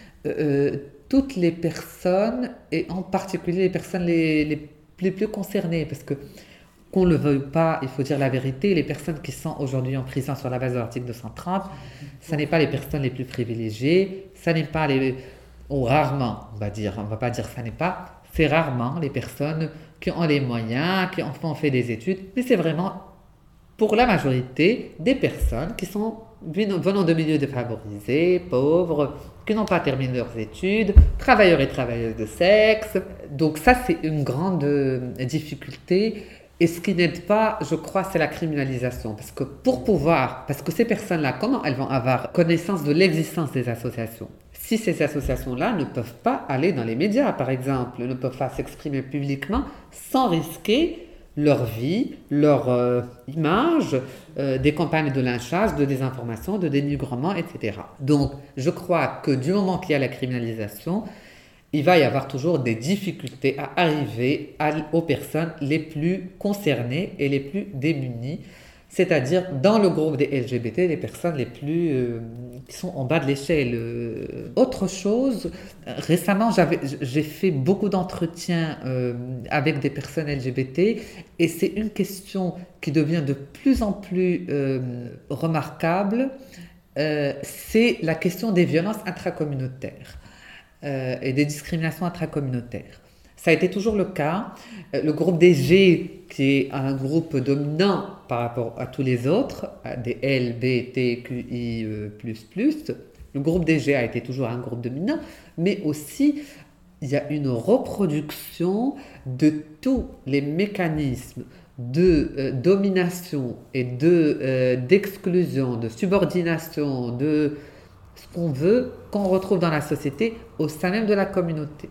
euh, toutes les personnes, et en particulier les personnes les, les, les plus concernées, parce que qu'on ne le veuille pas, il faut dire la vérité, les personnes qui sont aujourd'hui en prison sur la base de l'article deux cent trente, ce n'est pas les personnes les plus privilégiées, ça n'est pas les... ou rarement, on va dire, on ne va pas dire ça n'est pas, c'est rarement les personnes qui ont les moyens, qui ont fait des études, mais c'est vraiment, pour la majorité, des personnes qui sont venant de milieux défavorisés, pauvres, qui n'ont pas terminé leurs études, travailleurs et travailleuses de sexe. Donc ça, c'est une grande difficulté. Et ce qui n'aide pas, je crois, c'est la criminalisation. Parce que pour pouvoir, parce que ces personnes-là, comment elles vont avoir connaissance de l'existence des associations ? Si ces associations-là ne peuvent pas aller dans les médias, par exemple, ne peuvent pas s'exprimer publiquement sans risquer leur vie, leur euh, image, euh, des campagnes de lynchage, de désinformation, de dénigrement, et cetera. Donc, je crois que du moment qu'il y a la criminalisation, il va y avoir toujours des difficultés à arriver à, aux personnes les plus concernées et les plus démunies, c'est-à-dire dans le groupe des L G B T, les personnes les plus euh, qui sont en bas de l'échelle. Euh, autre chose, récemment j'avais, j'ai fait beaucoup d'entretiens euh, avec des personnes L G B T, et c'est une question qui devient de plus en plus euh, remarquable, euh, c'est la question des violences intracommunautaires euh, et des discriminations intracommunautaires. Ça a été toujours le cas. Le groupe des G, qui est un groupe dominant par rapport à tous les autres, des L, B, T, Q, I, plus, plus, le groupe des G a été toujours un groupe dominant, mais aussi il y a une reproduction de tous les mécanismes de euh, domination et de, euh, d'exclusion, de subordination, de ce qu'on veut, qu'on retrouve dans la société au sein même de la communauté.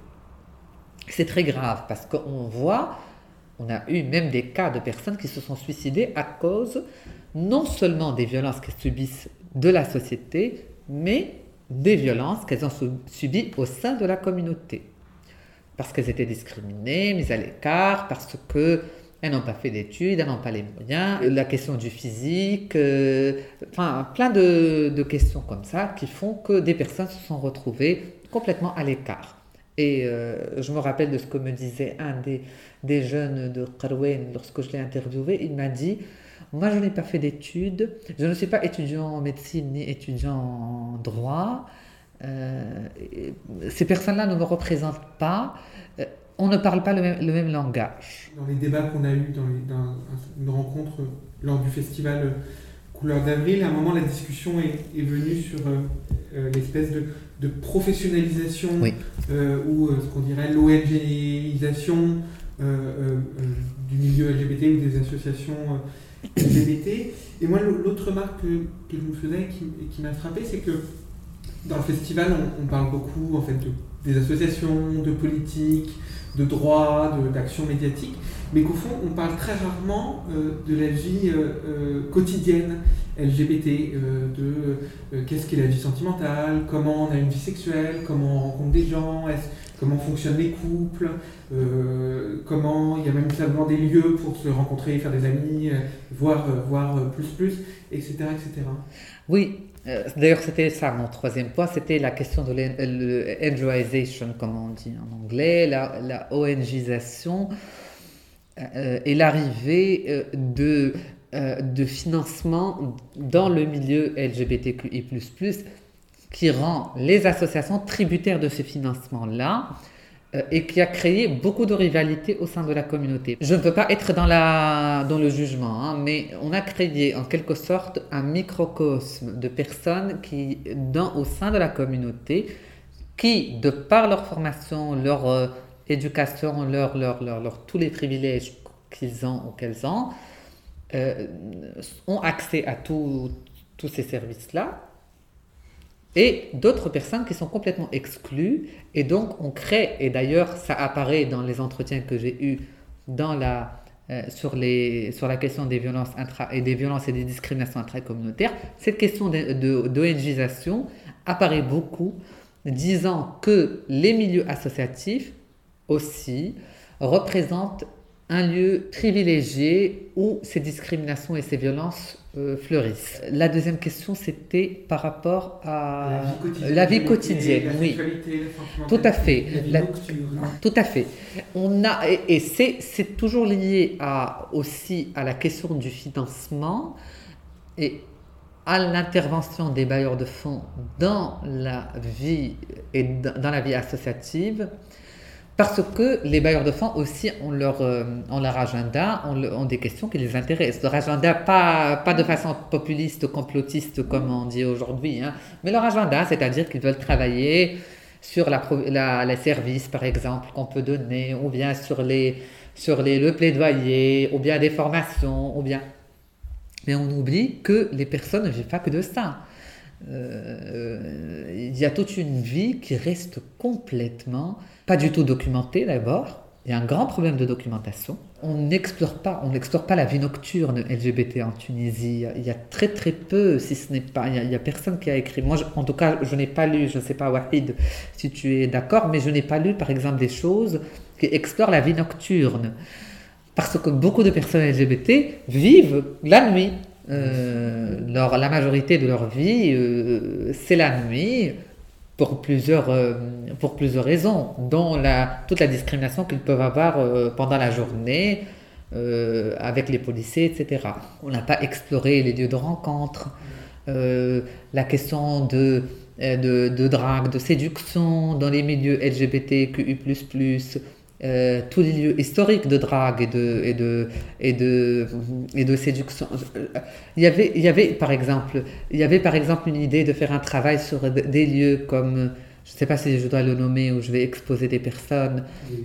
C'est très grave parce qu'on voit, on a eu même des cas de personnes qui se sont suicidées à cause non seulement des violences qu'elles subissent de la société, mais des violences qu'elles ont subies au sein de la communauté. Parce qu'elles étaient discriminées, mises à l'écart, parce qu'elles n'ont pas fait d'études, elles n'ont pas les moyens, la question du physique, euh, enfin plein de, de questions comme ça qui font que des personnes se sont retrouvées complètement à l'écart. Et euh, je me rappelle de ce que me disait un des, des jeunes de Qarouen lorsque je l'ai interviewé. Il m'a dit, moi je n'ai pas fait d'études, je ne suis pas étudiant en médecine ni étudiant en droit, euh, ces personnes-là ne me représentent pas, euh, on ne parle pas le même, le même langage. Dans les débats qu'on a eus dans, les, dans une rencontre lors du festival Couleur d'avril, à un moment la discussion est, est venue sur euh, l'espèce de de professionnalisation, oui. euh, ou euh, ce qu'on dirait l'ONGisation euh, euh, euh, du milieu L G B T ou des associations. Euh, L G B T. Et moi, l'autre remarque que, que je me faisais et qui, et qui m'a frappé, c'est que dans le festival, on, on parle beaucoup en fait, de, des associations, de politique, de droit, de, d'action médiatique, mais qu'au fond, on parle très rarement euh, de la vie euh, euh, quotidienne L G B T, euh, de euh, qu'est-ce qu'est la vie sentimentale, comment on a une vie sexuelle, comment on rencontre des gens, est-ce, comment fonctionnent les couples, euh, comment il y a même simplement des lieux pour se rencontrer, faire des amis, euh, voir, euh, voir euh, plus plus, et cetera, et cetera. Oui, euh, d'ailleurs c'était ça mon troisième point, c'était la question de l'androisation, comme on dit en anglais, la, la O N Gisation euh, et l'arrivée euh, de, euh, de financement dans le milieu L G B T Q I plus plus, qui rend les associations tributaires de ce financement-là euh, et qui a créé beaucoup de rivalités au sein de la communauté. Je ne peux pas être dans, la, dans le jugement, hein, mais on a créé en quelque sorte un microcosme de personnes qui, dans, au sein de la communauté, qui, de par leur formation, leur euh, éducation, leur, leur, leur, leur, tous les privilèges qu'ils ont ou qu'elles ont, euh, ont accès à tous ces services-là. Et d'autres personnes qui sont complètement exclues. Et donc, on crée, et d'ailleurs, ça apparaît dans les entretiens que j'ai eus dans la, euh, sur, les, sur la question des violences, intra, et des violences et des discriminations intracommunautaires, cette question de, de, d'O N Gisation apparaît beaucoup, disant que les milieux associatifs aussi représentent un lieu privilégié où ces discriminations et ces violences euh, fleurissent. La deuxième question, c'était par rapport à la vie quotidienne, la vie quotidienne, la oui. La tout à fait. La La, tout à fait. On a, et, et c'est, c'est toujours lié à, aussi à la question du financement et à l'intervention des bailleurs de fonds dans la vie et dans la vie associative. Parce que les bailleurs de fonds aussi ont leur, euh, ont leur agenda, ont, le, ont des questions qui les intéressent. Leur agenda, pas, pas de façon populiste, complotiste comme on dit aujourd'hui, hein, mais leur agenda, c'est-à-dire qu'ils veulent travailler sur la, la, les services, par exemple, qu'on peut donner, ou bien sur, les, sur les, le plaidoyer, ou bien des formations, ou bien... Mais on oublie que les personnes ne vivent pas que de ça. Euh, il y a toute une vie qui reste complètement... pas du tout documentée d'abord. Il y a un grand problème de documentation. On n'explore pas, on n'explore pas la vie nocturne L G B T en Tunisie. Il y a très très peu, si ce n'est pas... Il y a, il y a personne qui a écrit... Moi, je, en tout cas, je n'ai pas lu, je ne sais pas, Wahid, si tu es d'accord, mais je n'ai pas lu, par exemple, des choses qui explorent la vie nocturne. Parce que beaucoup de personnes L G B T vivent la nuit. Euh, leur, la majorité de leur vie, euh, c'est la nuit, pour plusieurs, euh, pour plusieurs raisons, dont la, toute la discrimination qu'ils peuvent avoir euh, pendant la journée, euh, avec les policiers, et cetera. On n'a pas exploré les lieux de rencontre, euh, la question de, de, de drague, de séduction dans les milieux L G B T Q I plus plus, Euh, tous les lieux historiques de drague et de, et de, et de, et de séduction. Il y avait, il y avait, par exemple, il y avait par exemple une idée de faire un travail sur des lieux comme, je ne sais pas si je dois le nommer, où je vais exposer des personnes, oui.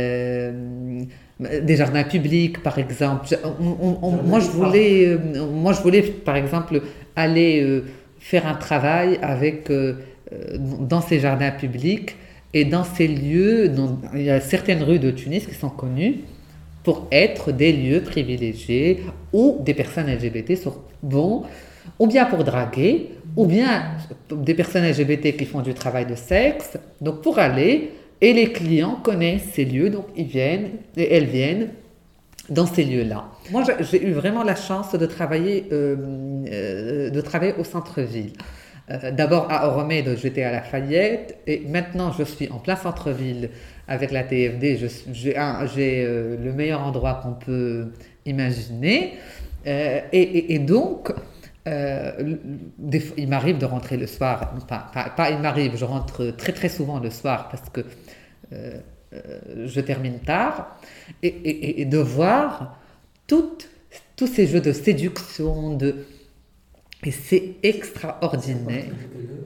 euh, des jardins publics, par exemple. On, on, on, moi, je voulais, euh, moi, je voulais, par exemple, aller euh, faire un travail avec, euh, dans ces jardins publics. Et dans ces lieux, dans, il y a certaines rues de Tunis qui sont connues pour être des lieux privilégiés où des personnes L G B T vont, ou bien pour draguer, ou bien des personnes L G B T qui font du travail de sexe, donc pour aller, et les clients connaissent ces lieux, donc ils viennent, et elles viennent dans ces lieux-là. Moi, j'ai eu vraiment la chance de travailler, euh, euh, de travailler au centre-ville. Euh, d'abord à Oromède, j'étais à Lafayette, et maintenant je suis en plein centre-ville avec la T F D. Je, j'ai un, j'ai euh, le meilleur endroit qu'on peut imaginer. Euh, et, et, et donc, euh, des, il m'arrive de rentrer le soir. Pas, pas, pas il m'arrive, je rentre très très souvent le soir parce que euh, euh, je termine tard. Et, et, et de voir toutes, tous ces jeux de séduction, de... Et c'est extraordinaire.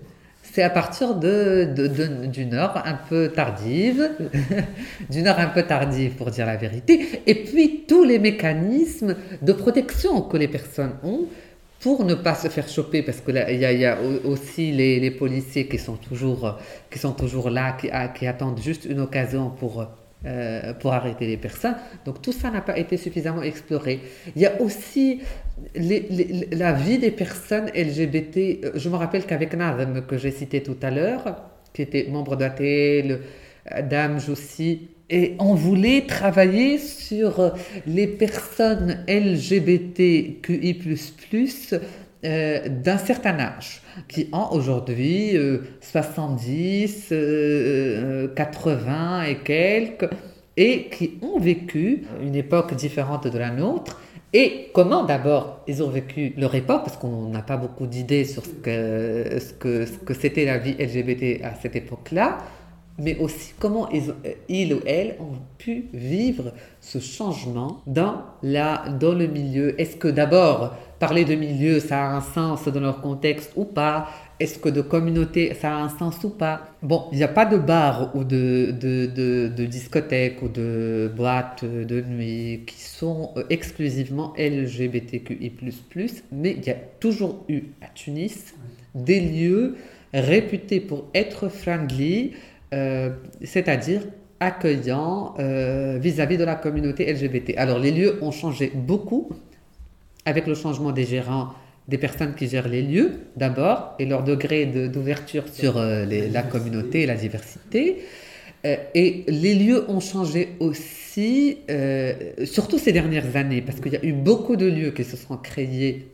C'est à partir de, de, de, d'une heure un peu tardive, d'une heure un peu tardive pour dire la vérité, et puis tous les mécanismes de protection que les personnes ont pour ne pas se faire choper, parce que là, il y a, il y a aussi les, les policiers qui sont toujours, qui sont toujours là, qui, qui attendent juste une occasion pour... Euh, pour arrêter les personnes. Donc tout ça n'a pas été suffisamment exploré. Il y a aussi les, les, la vie des personnes L G B T. Je me rappelle qu'avec Nazem, que j'ai cité tout à l'heure, qui était membre d'A T L, Damj aussi, et on voulait travailler sur les personnes L G B T Q I plus plus, euh, d'un certain âge, qui ont aujourd'hui euh, soixante-dix, euh, quatre-vingts et quelques, et qui ont vécu une époque différente de la nôtre. Et comment d'abord ils ont vécu leur époque, parce qu'on n'a pas beaucoup d'idées sur ce que, ce que, ce que c'était la vie L G B T à cette époque-là, mais aussi comment ils, ils ou elles ont pu vivre ce changement dans, la, dans le milieu. Est-ce que d'abord, parler de milieu, ça a un sens dans leur contexte ou pas? Est-ce que de communauté, ça a un sens ou pas? Bon, il n'y a pas de bar ou de, de, de, de discothèque ou de boîte de nuit qui sont exclusivement L G B T Q I plus plus, mais il y a toujours eu à Tunis des lieux réputés pour être friendly, euh, c'est-à-dire accueillants euh, vis-à-vis de la communauté L G B T. Alors les lieux ont changé beaucoup avec le changement des gérants, des personnes qui gèrent les lieux d'abord, et leur degré de, d'ouverture sur euh, les, la communauté et la diversité. Euh, et les lieux ont changé aussi, euh, surtout ces dernières années, parce qu'il y a eu beaucoup de lieux qui se sont créés,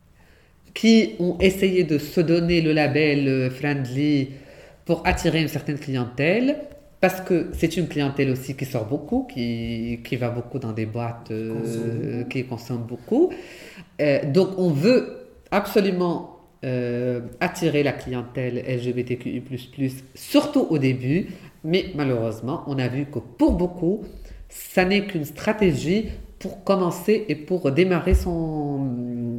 qui ont essayé de se donner le label euh, friendly pour attirer une certaine clientèle, parce que c'est une clientèle aussi qui sort beaucoup, qui, qui va beaucoup dans des boîtes, euh, consomme. qui consomme beaucoup. Euh, donc on veut absolument euh, attirer la clientèle L G B T Q I plus plus, surtout au début, mais malheureusement, on a vu que pour beaucoup, ça n'est qu'une stratégie pour commencer et pour démarrer son,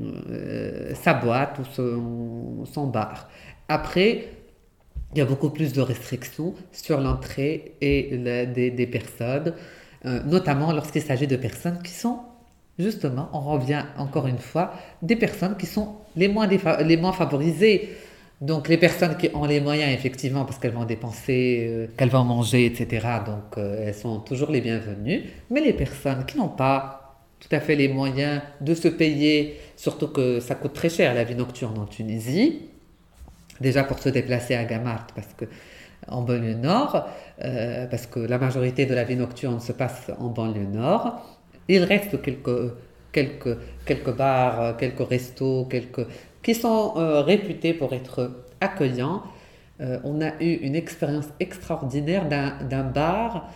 euh, sa boîte ou son, son bar. Après, il y a beaucoup plus de restrictions sur l'entrée et le, des, des personnes, euh, notamment lorsqu'il s'agit de personnes qui sont, justement, on revient encore une fois, des personnes qui sont les moins, défa- les moins favorisées. Donc les personnes qui ont les moyens, effectivement, parce qu'elles vont dépenser, euh, qu'elles vont manger, et cetera. Donc euh, elles sont toujours les bienvenues. Mais les personnes qui n'ont pas tout à fait les moyens de se payer, surtout que ça coûte très cher la vie nocturne en Tunisie, déjà pour se déplacer à Gamart, parce que en banlieue nord, euh, parce que la majorité de la vie nocturne se passe en banlieue nord. Il reste quelques, quelques, quelques bars, quelques restos, quelques, qui sont euh, réputés pour être accueillants. Euh, on a eu une expérience extraordinaire d'un, d'un bar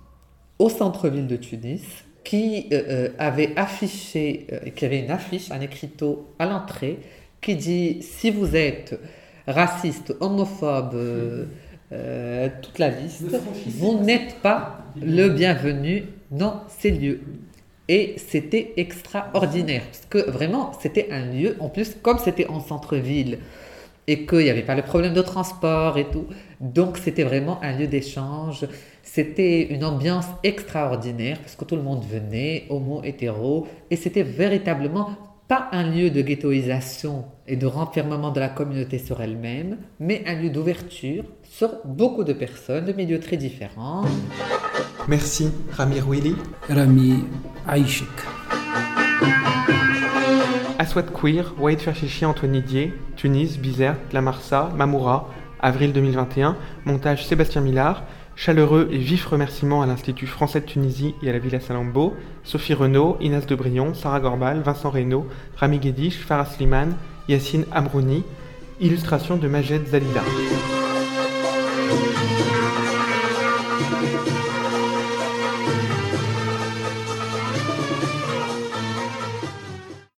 au centre-ville de Tunis qui euh, avait affiché, euh, qui avait une affiche, un écriteau à l'entrée qui dit « Si vous êtes raciste, homophobe, euh, euh, toute la liste, vous n'êtes pas le bienvenu dans ces lieux. » Et c'était extraordinaire, parce que vraiment, c'était un lieu, en plus, comme c'était en centre-ville, et qu'il n'y avait pas le problème de transport et tout, donc c'était vraiment un lieu d'échange, c'était une ambiance extraordinaire, parce que tout le monde venait, homo, hétéro, et c'était véritablement pas un lieu de ghettoisation et de renfermement de la communauté sur elle-même, mais un lieu d'ouverture sur beaucoup de personnes, de milieux très différents. Merci, Rami Rouili. Rami Aïchik. Aswad Queer, Waïd Ferchichi, Antoine Didier, Tunis, Bizerte, La Marsa, Mamoura, avril deux mille vingt et un, montage Sébastien Millard, chaleureux et vifs remerciements à l'Institut français de Tunisie et à la Villa Salambo, Sophie Renaud, Inès Debrion, Sarah Gorbal, Vincent Reynaud, Rami Guédiche, Farah Slimane, Yassine Amrouni, illustration de Majed Zalila.